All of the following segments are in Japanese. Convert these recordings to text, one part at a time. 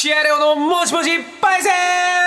シアレオのもしもしパイセン。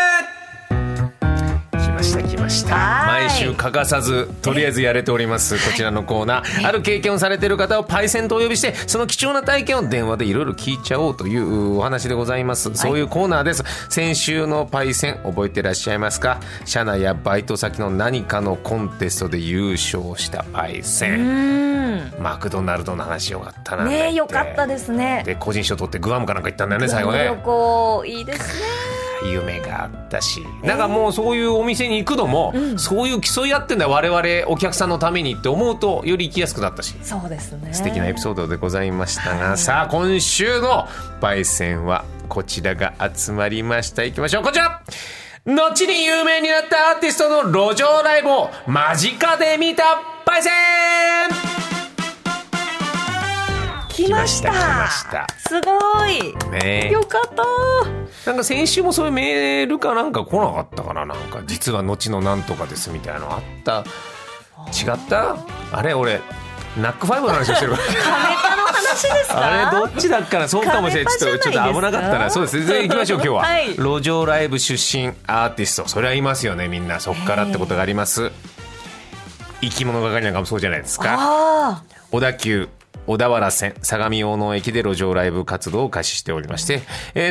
来ました毎週欠かさずとりあえずやれておりますこちらのコーナー、ある経験をされている方をパイセンとお呼びして、その貴重な体験を電話でいろいろ聞いちゃおうというお話でございます。そういうコーナーです。先週のパイセン覚えていらっしゃいますか？社内やバイト先の何かのコンテストで優勝したパイセン。マクドナルドの話よかったなね。よかったですね。 で個人賞取ってグアムかなんか行ったんだよね最後ね。 旅行いいですね。 夢があったし、なんかもうそういうお店に行くのも、そういう競い合ってんだよ我々お客さんのためにって思うとより行きやすくなったし、 そうですね、 素敵なエピソードでございましたが、さあ今週のパイセンはこちらが集まりました。いきましょう。こちら、後に有名になったアーティストの路上ライブを間近で見たパイセン。 来ましたすごい、ね、よかった。 なんか先週もそういうメールかなんか来なかったかな。なんか実は後のなんとかですみたいなのあった。違った？あれ俺ナックファイブの話をしてるからカメタの話ですか？ あれどっちだっかな。そうかもしれない。ちょっと危なかったな。そうです。行きましょう今日は、はい、路上ライブ出身アーティスト、それはいますよねみんな。そっからってことがあります。生き物係なんかもそうじゃないですか。小田急小田原線相模大野駅で路上ライブ活動を開始しておりまして、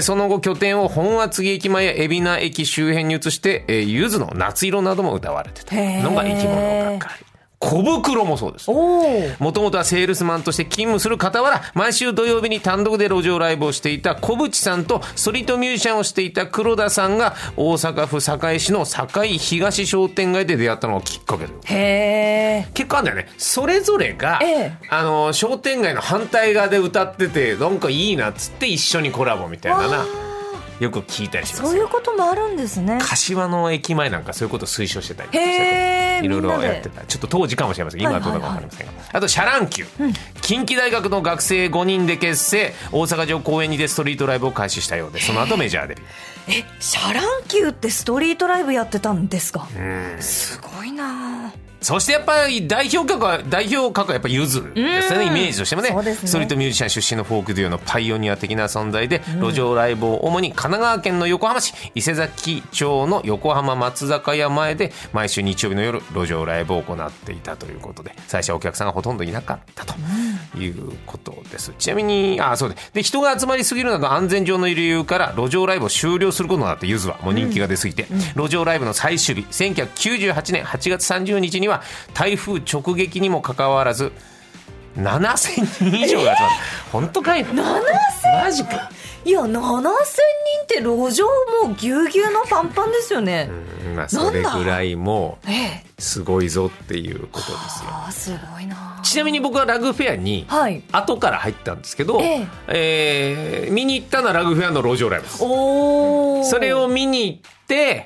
その後拠点を本厚木駅前や海老名駅周辺に移して、ゆずの夏色なども歌われてたのが生き物係。小袋もそうです。もともとはセールスマンとして勤務する傍ら、毎週土曜日に単独で路上ライブをしていた小渕さんとストリートミュージシャンをしていた黒田さんが大阪府堺市の堺東商店街で出会ったのがきっかけで、結構あるんだよね。それぞれが、商店街の反対側で歌っててなんかいいなっつって一緒にコラボみたいなよく聞いたりします。 そういうこともあるんですね。 柏の駅前なんかそういうことを推奨してたりしていろいろやってた。ちょっと当時かもしれません。今はどうだか分かりませんが、あとシャランキュー、近畿大学の学生5人で結成、大阪城公園にてストリートライブを開始したようで、その後メジャーデビュー。 シャランキューってストリートライブやってたんですか？すごいな。 そしてやっぱり代表格はやっぱゆずですね。イメージとしても ね、ストリートミュージシャン出身のフォークデュオのパイオニア的な存在で、路上ライブを主に神奈川県の横浜市伊勢崎町の横浜松坂屋前で毎週日曜日の夜路上ライブを行っていたということで、最初はお客さんがほとんどいなかったということです。ちなみにそうで人が集まりすぎるなど安全上の理由から路上ライブを終了することになって、ゆずはもう人気が出すぎて、路上ライブの最終日1998年8月30日には台風直撃にもかかわらず7000人以上が集まる。本当かいな。マジか。 いや7000人って路上もうぎゅうぎゅうのパンパンですよね。 それぐらいもうすごいぞっていうことですよ。 すごいな。 ちなみに僕はラグフェアに後から入ったんですけど、見に行ったのはラグフェアの路上ライブです。それを見に行って、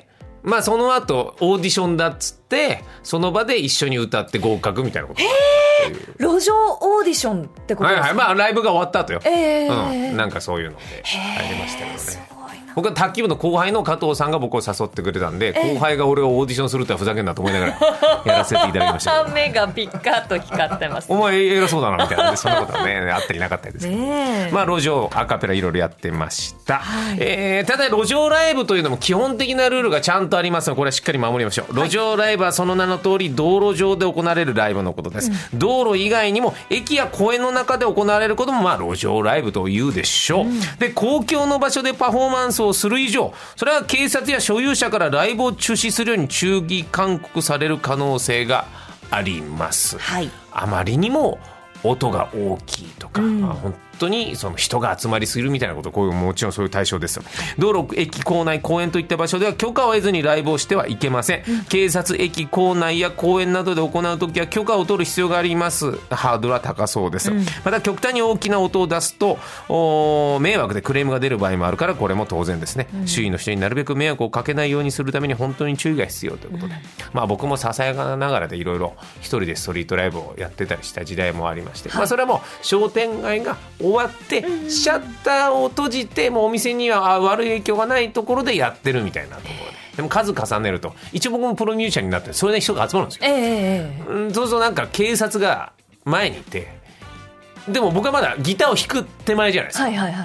その後オーディションだっつってその場で一緒に歌って合格みたいなこと。 路上オーディションってことですか？ ライブが終わった後よ。なんかそういうので入りましたけどね。僕は卓球部の後輩の加藤さんが僕を誘ってくれたんで、後輩が俺をオーディションするってふざけんなと思いながらやらせていただきましたけど目がピッカッと光ってます。 お前偉そうだなみたいな、そんなことはねあったりなかったりですけど、路上アカペラいろいろやってました、ただ路上ライブというのも基本的なルールがちゃんとありますので、これはしっかり守りましょう。路上ライブはその名の通り道路上で行われるライブのことです、道路以外にも駅や公園の中で行われることも路上ライブというでしょう、で公共の場所でパフォーマンスをする以上、それは警察や所有者からライブを中止するように注意勧告される可能性があります、あまりにも音が大きいとか、本当にその人が集まりすぎるみたいなこと、こういうもちろんそういう対象ですよ。道路、駅、構内、公園といった場所では許可を得ずにライブをしてはいけません、警察、駅、構内や公園などで行うときは許可を取る必要があります。ハードルは高そうです、また極端に大きな音を出すと迷惑でクレームが出る場合もあるから、これも当然ですね、周囲の人になるべく迷惑をかけないようにするために本当に注意が必要ということで、僕もささやかながらでいろいろ一人でストリートライブをやってたりした時代もありまして、それはもう商店街が終わってシャッターを閉じて、もうお店には悪い影響がないところでやってるみたいなところで、でも数重ねると、一応僕もプロミュージシャンになってそれで人が集まるんですよ、そうするとなんか警察が前にいて、でも僕はまだギターを弾く手前じゃないですか、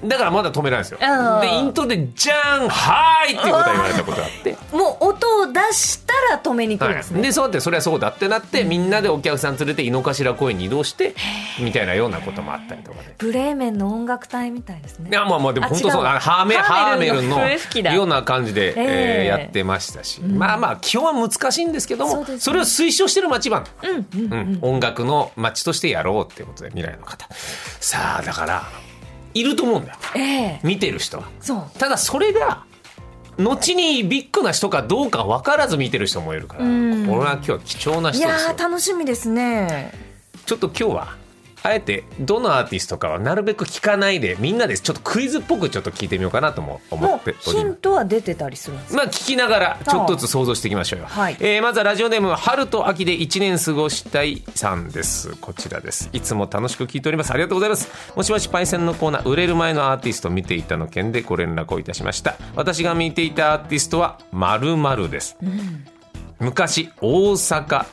だからまだ止めないんですよ。でイントロでじゃんはーいっていうことは言われたことがあって、 もう音を出したら止めに来るんですね、 でそうやってそれはそうだってなって、みんなでお客さん連れて井の頭公園に移動してみたいなようなこともあったりとかで、 ブレーメンの音楽隊みたいですね。 いやまあでも本当そう、ハーメルンのような感じで、やってましたし、まあ基本は難しいんですけども、 それを推奨してる街版、音楽の街としてやろうっていうことで、未来の方さあだからいると思うんだよ、見てる人は。ただそれが後にビッグな人かどうか分からず見てる人もいるから、これは今日は貴重な人ですよ。 いや楽しみですね。 ちょっと今日はあえてどのアーティストかはなるべく聞かないで、みんなでちょっとクイズっぽくちょっと聞いてみようかなとも思っております。 ヒントは出てたりするんですか？ 聞きながらちょっとずつ想像していきましょうよ。まずはラジオネーム春と秋で1年過ごしたいさんです。こちらです。いつも楽しく聞いております。ありがとうございます。もしもしパイセンのコーナー、売れる前のアーティスト見ていたの件でご連絡をいたしました。私が見ていたアーティストは〇〇です、昔大阪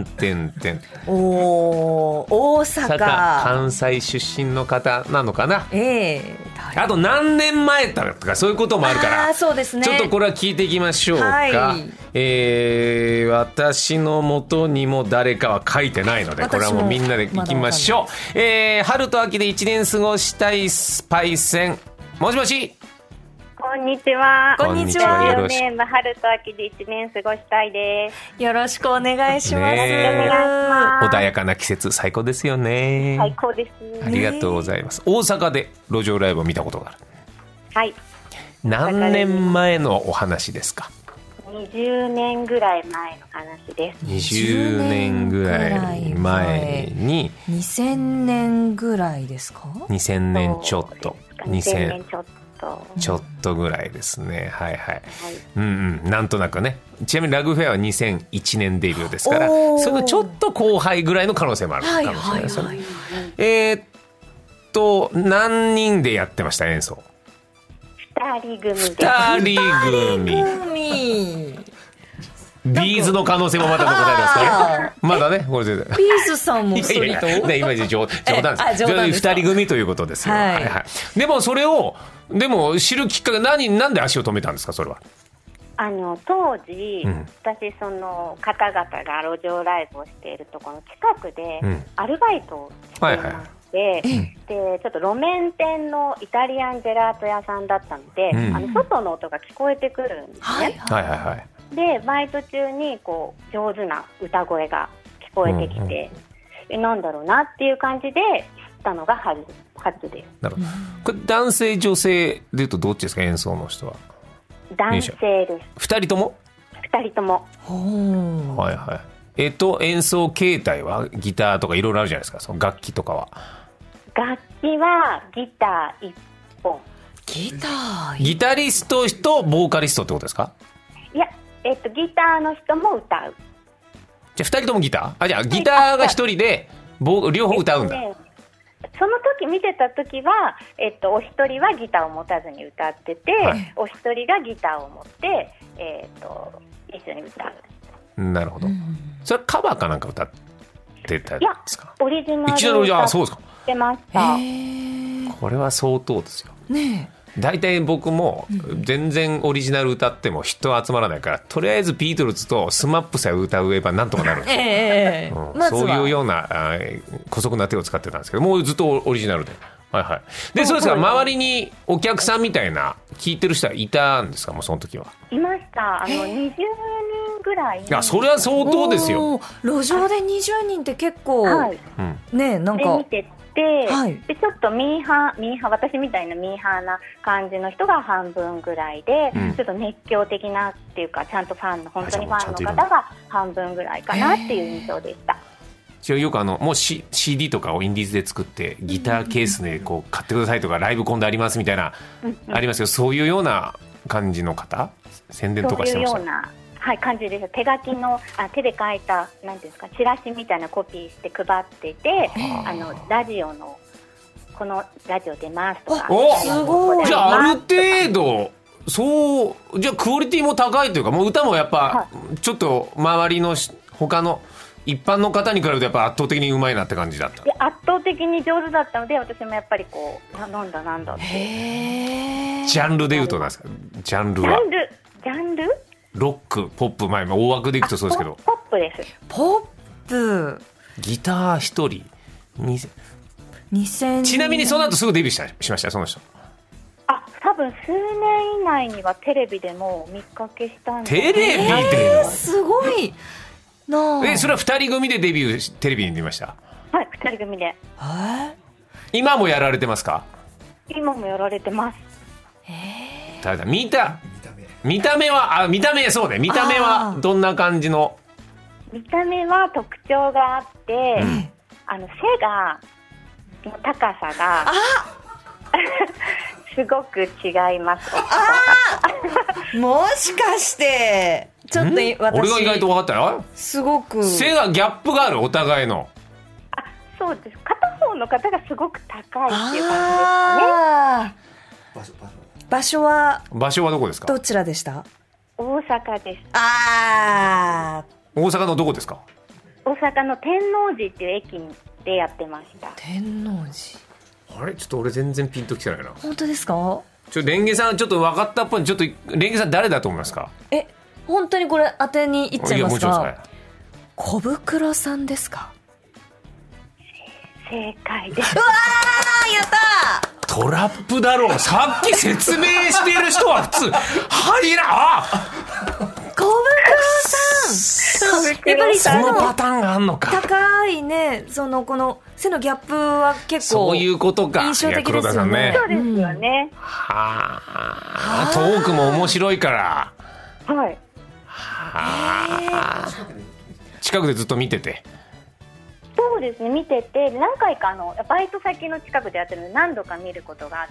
大阪関西出身の方なのかな、あと何年前だとかそういうこともあるから、 そうですね、 ちょっとこれは聞いていきましょうか。私の元にも誰かは書いてないので、これはもうみんなでいきましょう。春と秋で1年過ごしたいスパイセン、もしもし。 こんにちは。 こんにちは。 ラジオネーム春と秋で1年過ごしたいです。 よろしくお願いします。 穏やかな季節最高ですよね。 最高です。 ありがとうございます。大阪で路上ライブを見たことがある。 はい。 何年前のお話ですか ？20年ぐらい前の話です。 20年ぐらい前に 2000年ぐらいですか ？2000年ちょっと。 2000年ちょっとぐらいですね。はいはい。なんとなくね。ちなみにラグフェアは2001年デビューですから、それのちょっと後輩ぐらいの可能性もあるかもしれないですね。何人でやってました演奏 ？2人組です。 2人組。ビーズの可能性もまだ残されてますからね。まだね、これで。 ビーズさんも一人と。 今冗談です。2人組ということですよ。でもそれを知るきっかけ、なんで足を止めたんですか、それは。 当時、私その方々が路上ライブをしているところの近くでアルバイトをしていまして、でちょっと路面店のイタリアンジェラート屋さんだったので、外の音が聞こえてくるんですね。でバイト中にこう上手な歌声が聞こえてきて、なんだろうなっていう感じで知ったのが初です。なるほど。 これ男性女性でいうとどっちですか、演奏の人は？ 男性です。 2人とも？ 2人とも。 はいはい。演奏形態はギターとかいろいろあるじゃないですか、その楽器とかは。 楽器はギター1本。 ギタリストとボーカリストってことですか？ いや、ギターの人も歌う。 じゃあ2人ともギター？じゃあギターが1人で両方歌うんだ。 その時見てた時は、お一人はギターを持たずに歌ってて、お一人がギターを持って、一緒に歌う。 なるほど。それカバーかなんか歌ってたんですか？ オリジナル歌ってました。 これは相当ですよ。大体僕も全然オリジナル歌っても人集まらないから、とりあえずビートルズとスマップさえ歌えばなんとかなるんですよ。そういうような姑息な手を使ってたんですけど、もうずっとオリジナルで。でそうですか、周りにお客さんみたいな聞いてる人はいたんですか？もうその時は。 いました。20人ぐらい。 いや、それは相当ですよ。 路上で20人って結構、ね、なんか見てでちょっとミーハー、私みたいなミーハーな感じの人が半分ぐらいで、ちょっと熱狂的なっていうか、ちゃんとファンの本当にファンの方が半分ぐらいかなっていう印象でした。 よくもう、CD とかをインディーズで作ってギターケースでこう買ってくださいとか、ライブ今度ありますみたいな、ありますけど、そういうような感じの方、宣伝とかしてました？ そういうような感じです。手書きの手で書いたなんていうんですか、チラシみたいなコピーして配ってて、ラジオのこのラジオ出ますとか。 すごい。 じゃあある程度じゃあクオリティも高いというか、もう歌もやっぱちょっと周りの他の一般の方に比べるとやっぱ圧倒的にうまいなって感じだった。 圧倒的に上手だったので、私もやっぱりこうなんだって。 ジャンルで言うとなんですか？ジャンルはジャンルロック、ポップ、大枠でいくとそうですけど、 ポップです。 ポップ。 ギター一人 2000。 ちなみにその後すぐデビューしましたその人。 多分数年以内にはテレビでも見かけしたんで。 テレビで、 すごいな。 それは2人組でデビューテレビに出ました？ はい、2人組で。 今もやられてますか？ 今もやられてます。 ただ見た目そうね。見た目はどんな感じの？ 見た目は特徴があって、背がの高さがすごく違います。 もしかしてちょっと私俺が意外と分かったよ。 すごく背がギャップがある、お互いの。 そうです。片方の方がすごく高いっていう感じですかね。 場所はどこですか？ どちらでした？ 大阪です。 大阪のどこですか？ 大阪の天王寺っていう駅でやってました。 天王寺。 あれちょっと俺全然ピンときてないな。 本当ですか？ レンゲさんちょっと分かったっぽい。ちょっとレンゲさん誰だと思いますか？ 本当にこれ当てにいっちゃいますか？ いやもちろんです。 小袋さんですか？ 正解です。 うわー、やったー。 トラップだろう。さっき説明してる人は普通入ら小袋さん。やっぱりそのパターンがあんのか。 高いね、この背のギャップは結構そういうことか。 印象的ですよね。 そうですよね。 トークも面白いから。 はい。 近くでずっと見てて。 そうですね、見てて何回かバイト先の近くでやってるので何度か見ることがあって、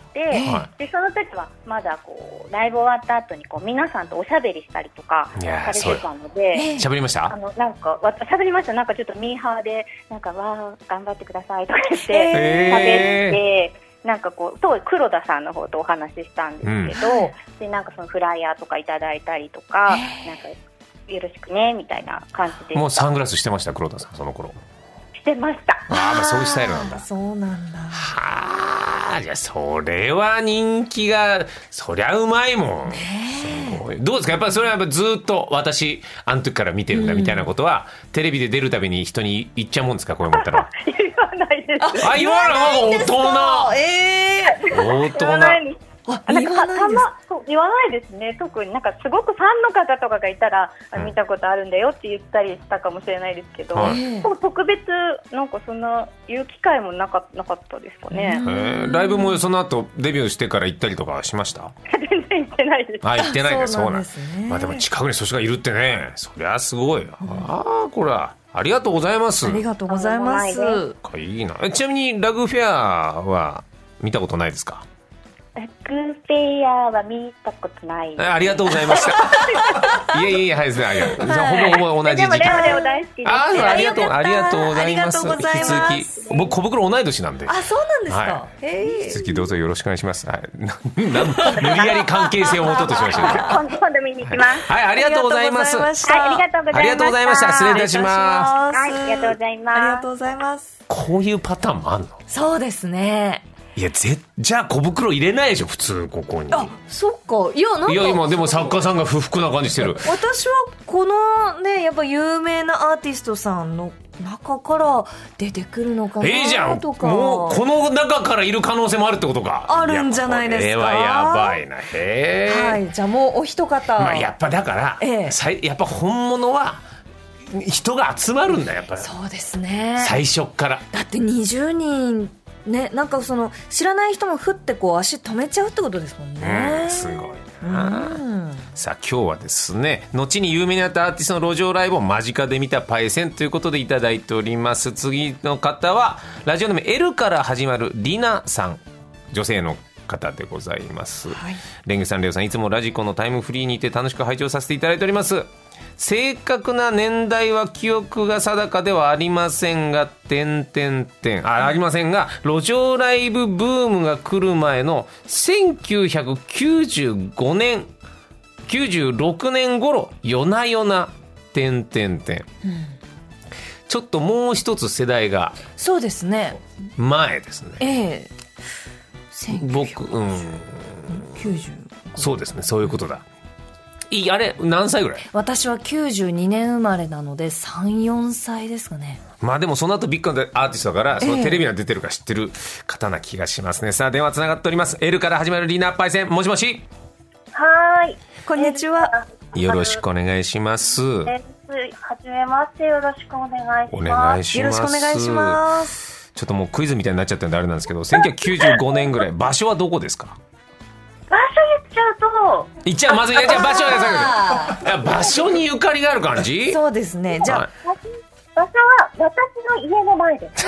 でその時はまだこうライブ終わった後にこう皆さんとおしゃべりしたりとかされてたので。 喋りました？ なんか喋りました。なんかちょっとミーハーでなんかわー頑張ってくださいとか言って喋って、なんかこう当時黒田さんの方とお話ししたんですけど、でなんかそのフライヤーとかいただいたりとか、なんかよろしくねみたいな感じでした。 もうサングラスしてました黒田さんその頃？ してました。 そういうスタイルなんだ。 そうなんだ。 じゃあそれは人気がそりゃうまいもん。すごい。どうですか？やっぱりそれはずっと私あの時から見てるんだみたいなことは、テレビで出るたびに人に言っちゃうもんですか？こういう思ったら。 言わないです。 言わない。大人。大人。 言わないですね。特になんかすごくファンの方とかがいたら、見たことあるんだよって言ったりしたかもしれないですけど、特別なんかそんな言う機会もなかったですかね。 ライブもその後デビューしてから行ったりとかしました？ 全然行ってないです。 行ってないね。そうなんですね。でも近くにそういう人がいるってね、そりゃすごい。これはありがとうございます。 ありがとうございます。 いいな。ちなみにラグフェアは見たことないですか？ ラグフェアは見たことない。 ありがとうございました。いえはいですね。ほぼ同じ時期。 レオ大好きです。 ありがとうございます。引き続き僕小袋同い年なんで。 そうなんですか。 引き続きどうぞよろしくお願いします。無理やり関係性を持とうとしました。 今度見に行きます。 ありがとうございます。 ありがとうございました。 失礼いたします。 ありがとうございます。 ありがとうございます。 こういうパターンもあんの？ そうですね。 いやじゃあ小袋入れないでしょ普通ここに。 そっか。いや今でも作家さんが不服な感じしてる。 私はこのねやっぱ有名なアーティストさんの中から出てくるのかなとか。 じゃん。もうこの中からいる可能性もあるってことか。 あるんじゃないですか。 これはやばいな。 じゃあもうお一方。 やっぱだから、やっぱ本物は人が集まるんだやっぱり。 そうですね。最初からだって20人ね、なんか知らない人もふってこう足止めちゃうってことですもんね。 すごいな。さあ今日はですね、後に有名になったアーティストの路上ライブを間近で見たパイセンということでいただいております。次の方はラジオネーム L から始まるリナさん、女性の方でございます。レンゲさん、レオさん、いつもラジコのタイムフリーにて楽しく拝聴させていただいております。正確な年代は記憶が定かではありませんがありませんが、路上ライブブームが来る前の1995年96年頃、夜な夜なちょっともう一つ世代がそうですね。 前ですね。 僕90 そうですね、そういうことだ。あれ何歳ぐらい？ 私は92年生まれなので 3,4 歳ですかね。 まあでもその後ビッグなアーティストだから、そのテレビが出てるか知ってる方な気がしますね。さあ電話つながっております。 L から始まるリナパイセン、もしもし。 はい、 こんにちは。 よろしくお願いします。 はじめまして、よろしくお願いします。 お願いします。 よろしくお願いします。 ちょっともうクイズみたいになっちゃってるんであれなんですけど、1995年ぐらい、場所はどこですか？ 場所言っちゃうと、 言っちゃう、まずじゃあ場所は場所にゆかりがある感じ？ そうですね。じゃあ、 場所は私の家の前です。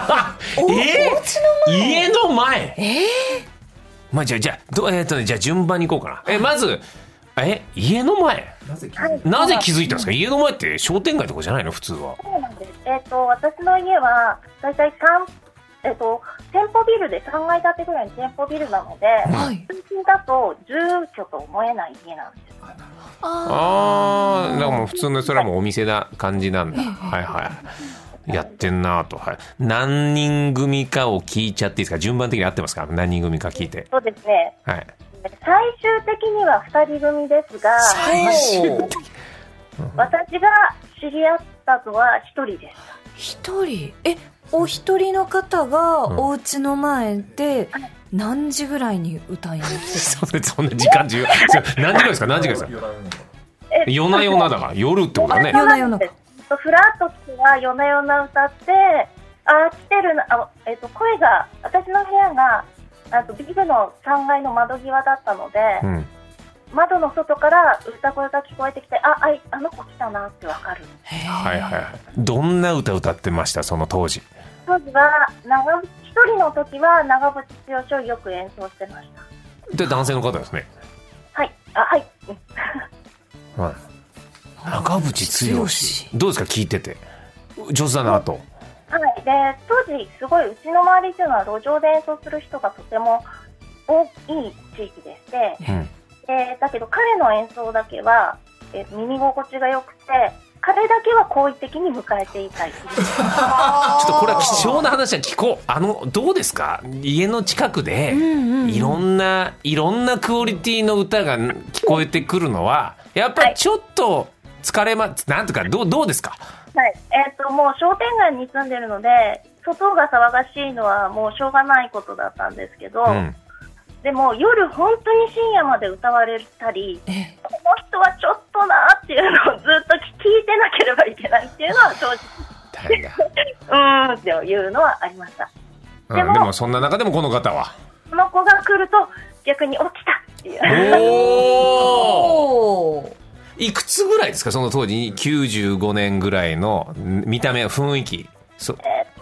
家の前？まあじゃあじゃあ順番に行こうかな。まず家の前？なぜ気づいたんですか？家の前って商店街とかじゃないの普通は？ そうなんです。私の家はだいたい店舗ビルで3階建てぐらいの店舗ビルなので、通勤だと住居と思えない家なんです。 だからもう普通のそれはもうお店な感じなんだ。はいはい。やってんなと。はい。何人組かを聞いちゃっていいですか？順番的に合ってますか？何人組か聞いて。 そうですね。 はい。 最終的には2人組ですが、私が知り合ったのは1人です。 1人？お一人の方がお家の前で何時ぐらいに歌いに来てた？ そんな時間中何時ぐらいですか？何時ぐらいですか？夜な夜なだから夜ってことだね。 夜な夜な。フラッと来ては夜な夜な歌って、来てるな、声が、私の部屋がビルの3階の窓際だったので、窓の外から歌声が聞こえてきて、あの子来たなってわかる。 はいはいはい。どんな歌歌ってましたその当時？ 当時は一人の時は長渕剛をよく演奏してました。 で男性の方ですね。 はい。はい。 長渕剛どうですか？聞いてて上手だなと。 はい。で当時すごいうちの周りというのは路上で演奏する人がとても多い地域でして、だけど彼の演奏だけは、耳心地が良くて、彼だけは好意的に迎えていたい。ちょっとこれは貴重な話は聞こう。どうですか？家の近くでいろんなクオリティの歌が聞こえてくるのはやっぱりちょっと疲れなんとかどうですか？ はい。もう商店街に住んでるので外が騒がしいのはもうしょうがないことだったんですけど、でも夜本当に深夜まで歌われたり、この人はちょっとなっていうのをずっと聞いてなければいけないっていうのは正直っていうのはありました。でもそんな中でもこの方はこの子が来ると逆に起きたっていう。 いくつぐらいですか？その当時95年ぐらいの見た目雰囲気。 30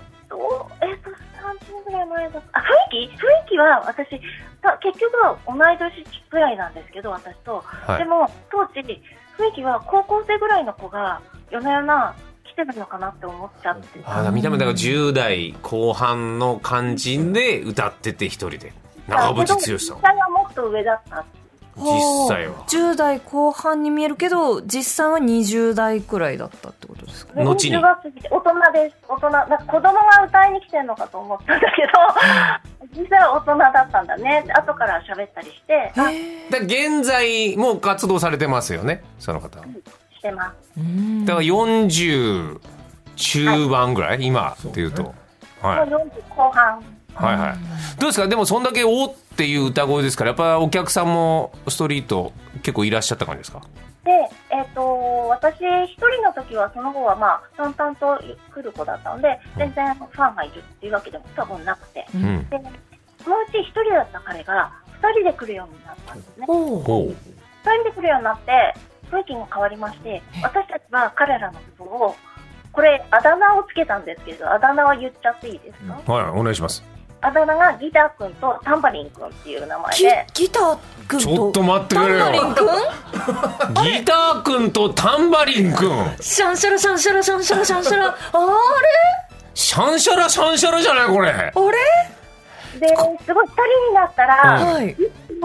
年ぐらい前だ。雰囲気は私結局は同い年ぐらいなんですけど、私と、でも当時雰囲気は高校生ぐらいの子が夜な夜な来てるのかなって思っちゃってた。 見た目だから10代後半の感じで歌ってて一人で長渕剛さん。 実際はもっと上だった。 実際は 10代後半に見えるけど実際は20代くらいだったってことですか？ 後に大人です。子供が歌いに来てるのかと思ったんだけど実際は大人だったんだねって後から喋ったりして。 現在も活動されてますよね、その方。 してます。 だから40中盤ぐらい、今っていうと、 40後半。 はいはい。どうですか？でもそんだけおっていう歌声ですから、やっぱお客さんもストリート結構いらっしゃった感じですか？ で、私一人の時はその後は淡々と来る子だったので、全然ファンがいるっていうわけでも多分なくて、でそのうち一人だった彼が2人で来るようになったんですね。2人で来るようになって雰囲気も変わりまして、私たちは彼らのことをこれあだ名をつけたんですけど、あだ名は言っちゃっていいですか？ はい、お願いします。 あだ名がギターくんとタンバリンくんっていう名前で。 ギターくんとちょっと待ってくれよ。 タンバリンくんギターくんとタンバリンくんシャンシャラシャンシャラシャンシャラシャンシャラ、あれシャンシャラシャンシャラじゃないこれ。 あれですごい2人になったら、 一気に、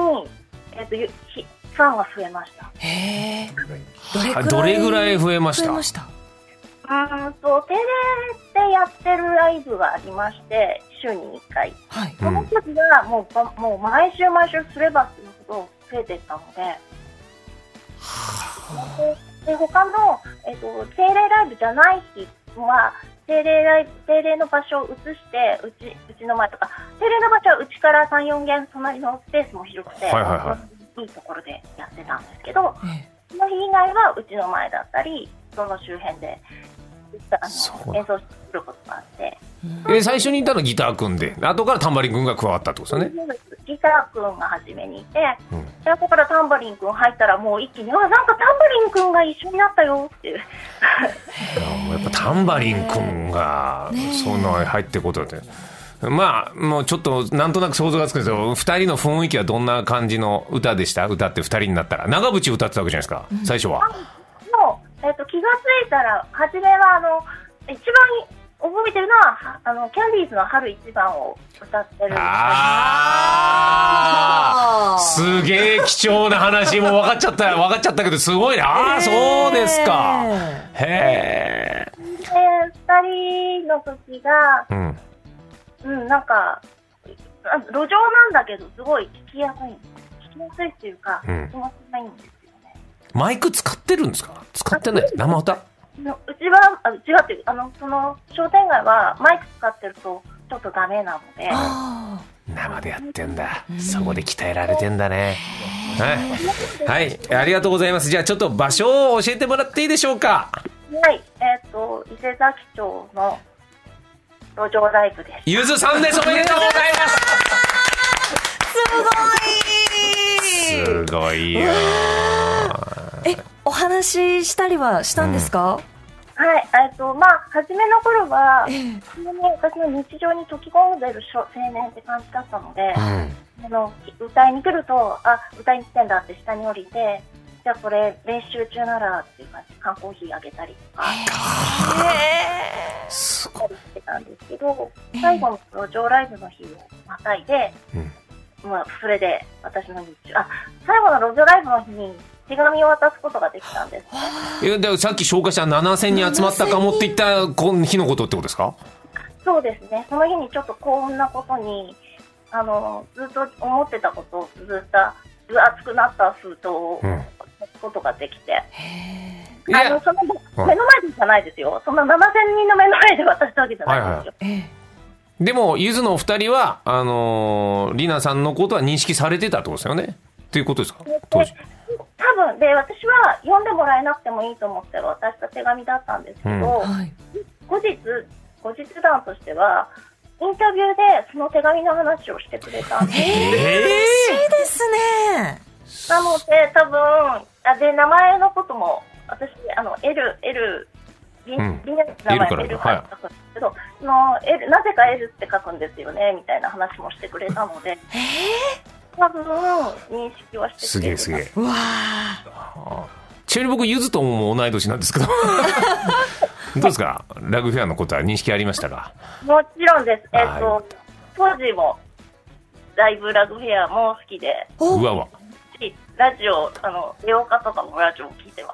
ファンが増えました。 へどれぐらい増えました？ テレでやってるライブがありまして、週に1回。はい、その時はもう毎週すればするほど増えていったので、で他の、定例ライブじゃない日は、定例の場所を移して、うちの前とか、定例の場所はうちから3、4軒隣のスペースも広くて、いいところでやってたんですけど、その日以外はうちの前だったり、その周辺で演奏することがあって。 最初にいたのはギター君で、後からタンバリン君が加わったってことですよね。 ギター君が初めにいて、で後からタンバリン君入ったらもう一気になんかタンバリン君が一緒になったよっていう。やっぱタンバリン君がそんな入ってことで、まあもうちょっとなんとなく想像がつくんですけど、2人の雰囲気はどんな感じの歌でした？歌って2人になったら長渕歌ってたわけじゃないですか、最初は。 もう、気がついたら初めは一番覚えてるのはキャンディーズの春一番を歌ってるんです。 すげえ貴重な話も分かっちゃったけど、すごいね。そうですか。へえ。 2人の時が、なんか路上なんだけどすごい聞きやすいっていうか、気持ちがいいんですよね。 マイク使ってるんですか？使ってない？生歌？ うちは違うっていう、その商店街はマイク使ってるとちょっとダメなので、 生でやってんだ。そこで鍛えられてんだね。はい、ありがとうございます。じゃあちょっと場所を教えてもらっていいでしょうか？ はい、伊勢崎町の路上ライブです。 ゆずさんです。おめでとうございます。すごいよ。 お話したりはしたんですか？ はい、初めの頃は、私の日常に溶き込んでる青年って感じだったので、歌いに来ると、歌いに来てんだって下に降りて、じゃあこれ練習中ならっていう感じで缶コーヒーあげたりとかしてたんですけど、最後の路上ライブの日をまたいで、それで私の最後の路上ライブの日に手紙を渡すことができたんですね。 でさっき紹介した7000人集まったかもって言った日のことってことですか？ そうですね。その日にちょっと幸運なことにずっと思ってたことを綴った熱くなった封筒を渡すことができて、その目の前じゃないですよ。その7000人の目の前で渡したわけじゃないんですよ。 でもゆずのお二人はりなさんのことは認識されてたってことですよね。ということですか？当時多分で、私は読んでもらえなくてもいいと思って渡した手紙だったんですけど、後日談としてはインタビューでその手紙の話をしてくれたんです。 嬉しいですね。 なので多分で名前のことも私リナの名前 L が書くんですけど、なぜか L って書くんですよねみたいな話もしてくれたので、多分認識はしてくれる。 すげえ。ちなみに僕ゆずとも同い年なんですけどどうですか？ラグフェアのことは認識ありましたか？ もちろんです。当時もライブラグフェアも好きで、ラジオレオカとかもラジオを聞いてます。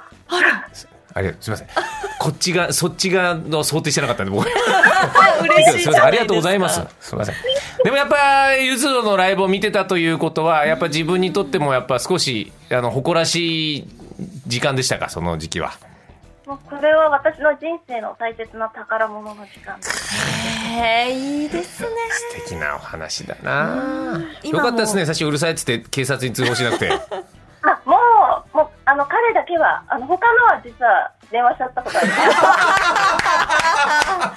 すみません。そっちが想定してなかったんで僕。 嬉しい。 ありがとうございます。すみません。でもやっぱゆずのライブを見てたということは、やっぱ自分にとってもやっぱ少し誇らしい時間でしたか？その時期は。 これは私の人生の大切な宝物の時間です。 いいですね。 素敵なお話だな。よかったですね。最初うるさいっつって警察に通報しなくて。 もう彼だけは他のは実は電話しちゃったことあります。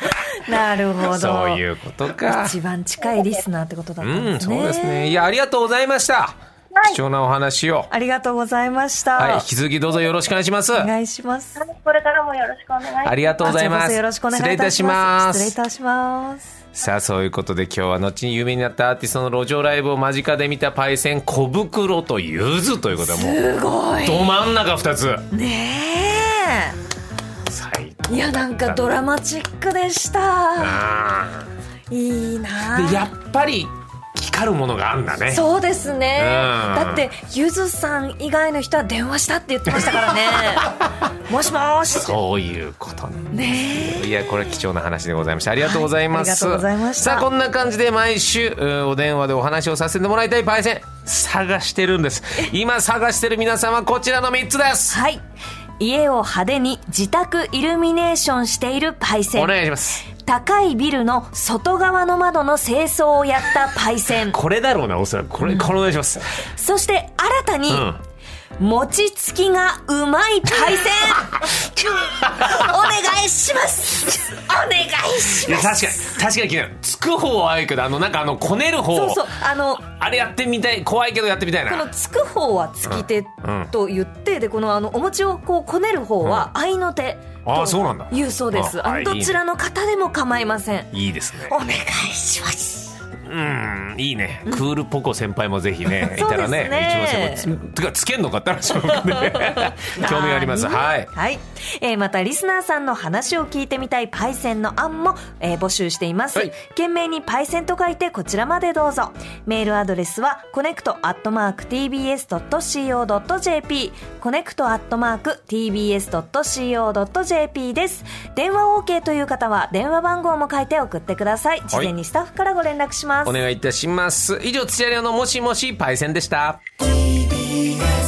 なるほど。 そういうことか。 一番近いリスナーってことだったんですね。 そうですね。いやありがとうございました。貴重なお話をありがとうございました。 引き続きどうぞよろしくお願いします。 お願いします。 これからもよろしくお願いします。 ありがとうございます。 よろしくお願いいたします。失礼いたします。 さあそういうことで今日は後に有名になったアーティストの路上ライブを間近で見たパイセン小袋とゆずということで、もうすごいど真ん中2つねえ。いやなんかドラマチックでした。いいな。 でやっぱり聞光るものがあるんだね。 そうですね、 うんだってゆずさん以外の人は電話したって言ってましたからねもしもしそういうことね。 いやこれ貴重な話でございました。ありがとうございます、 はい、ありがとうございました。 さあこんな感じで毎週お電話でお話をさせてもらいたいパイセン探してるんです。今探してる皆さんはこちらの3つです。 はい、家を派手に自宅イルミネーションしているパイセン。 お願いします。 高いビルの外側の窓の清掃をやったパイセン。 これだろうな、おそらくこれ、お願いします。 そして新たに、餅つきがうまいパイセンお願いしますお願いします。 いや確かに気になる。つく方は悪いけどなんかこねる方、 そうあれやってみたい。怖いけどやってみたいな。 このつく方はつき手と言って、でこのお餅をこうこねる方は合いの手とそうなんだ。 言うそうです。どちらの方でも構いません。 いいですね。 お願いします。 いいね。クールポコ先輩もぜひね、いたらね、一番てかつけんのかって話もね興味があります。はい、 はい。またリスナーさんの話を聞いてみたいパイセンの案も、募集しています。懸命にパイセンと書いてこちらまでどうぞ。メールアドレスはconnect@tbs.co.jp connect@tbs.co.jp です。電話 OK という方は電話番号も書いて送ってください。事前にスタッフからご連絡します。 お願いいたします。以上土屋亮のもしもしパイセンでした。TBS